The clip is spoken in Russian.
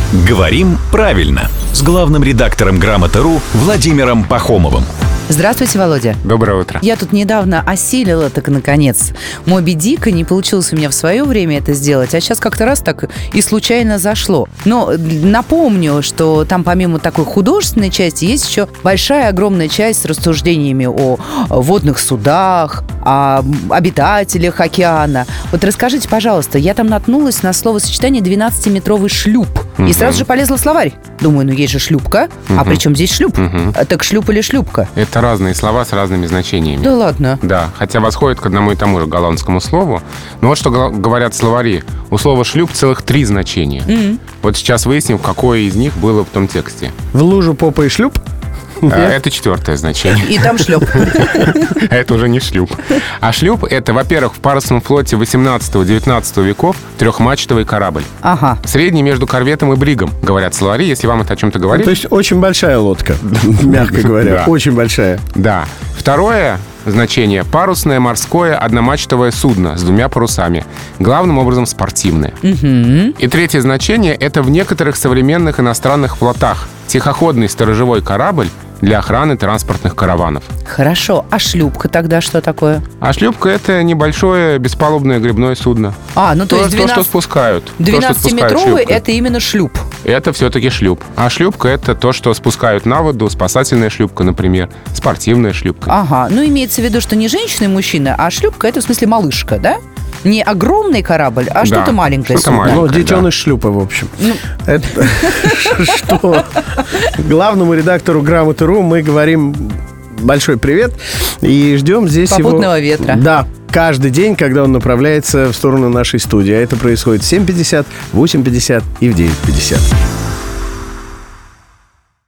Говорим правильно с главным редактором Грамоты.ру Владимиром Пахомовым. Здравствуйте, Володя. Доброе утро. Я тут недавно осилила, так наконец, Моби Дика. Не получилось у меня в свое время это сделать, а сейчас как-то раз так и случайно зашло. Но напомню, что там помимо такой художественной части есть еще большая, огромная часть с рассуждениями о водных судах, о обитателях океана. Вот расскажите, пожалуйста, я там наткнулась на словосочетание «12-метровый шлюп». И сразу же полезла в словарь. Думаю, ну есть же шлюпка, а при чем здесь шлюп? Так шлюп или шлюпка? Это разные слова с разными значениями. Да ладно? Да, хотя восходят к одному и тому же голландскому слову. Но вот что говорят словари. У слова «шлюп» целых 3 значения. Вот сейчас выясним, какое из них было в том тексте. В лужу попа и шлюп? Это 4-е значение. И там шлюп. Это уже не шлюп. А шлюп — это, во-первых, в парусном флоте 18-19 веков трехмачтовый корабль. Ага. Средний между корветом и бригом, говорят словари, если вам это о чем-то говорит. То есть очень большая лодка, мягко говоря. Да. Очень большая. Да. Второе значение — парусное морское одномачтовое судно с 2 парусами. Главным образом спортивное. И третье значение — это в некоторых современных иностранных флотах тихоходный сторожевой корабль для охраны транспортных караванов. Хорошо. А шлюпка тогда что такое? А шлюпка — это небольшое беспалубное гребное судно. Ну то есть То, что спускают. 12-метровый — это именно шлюп. Это все-таки шлюп. А шлюпка — это то, что спускают на воду, спасательная шлюпка, например, спортивная шлюпка. Ага, ну имеется в виду, что не женщина и мужчина, а шлюпка — это в смысле малышка, да? Не огромный корабль, а что-то маленькое что-то судно. маленькое. Ну, детеныш шлюпа, в общем. Это что? Главному редактору Грамоты.ру мы говорим большой привет и ждем здесь его... Попутного ветра. Да, каждый день, когда он направляется в сторону нашей студии. А это происходит в 7:50, 8:50 и в 9:50.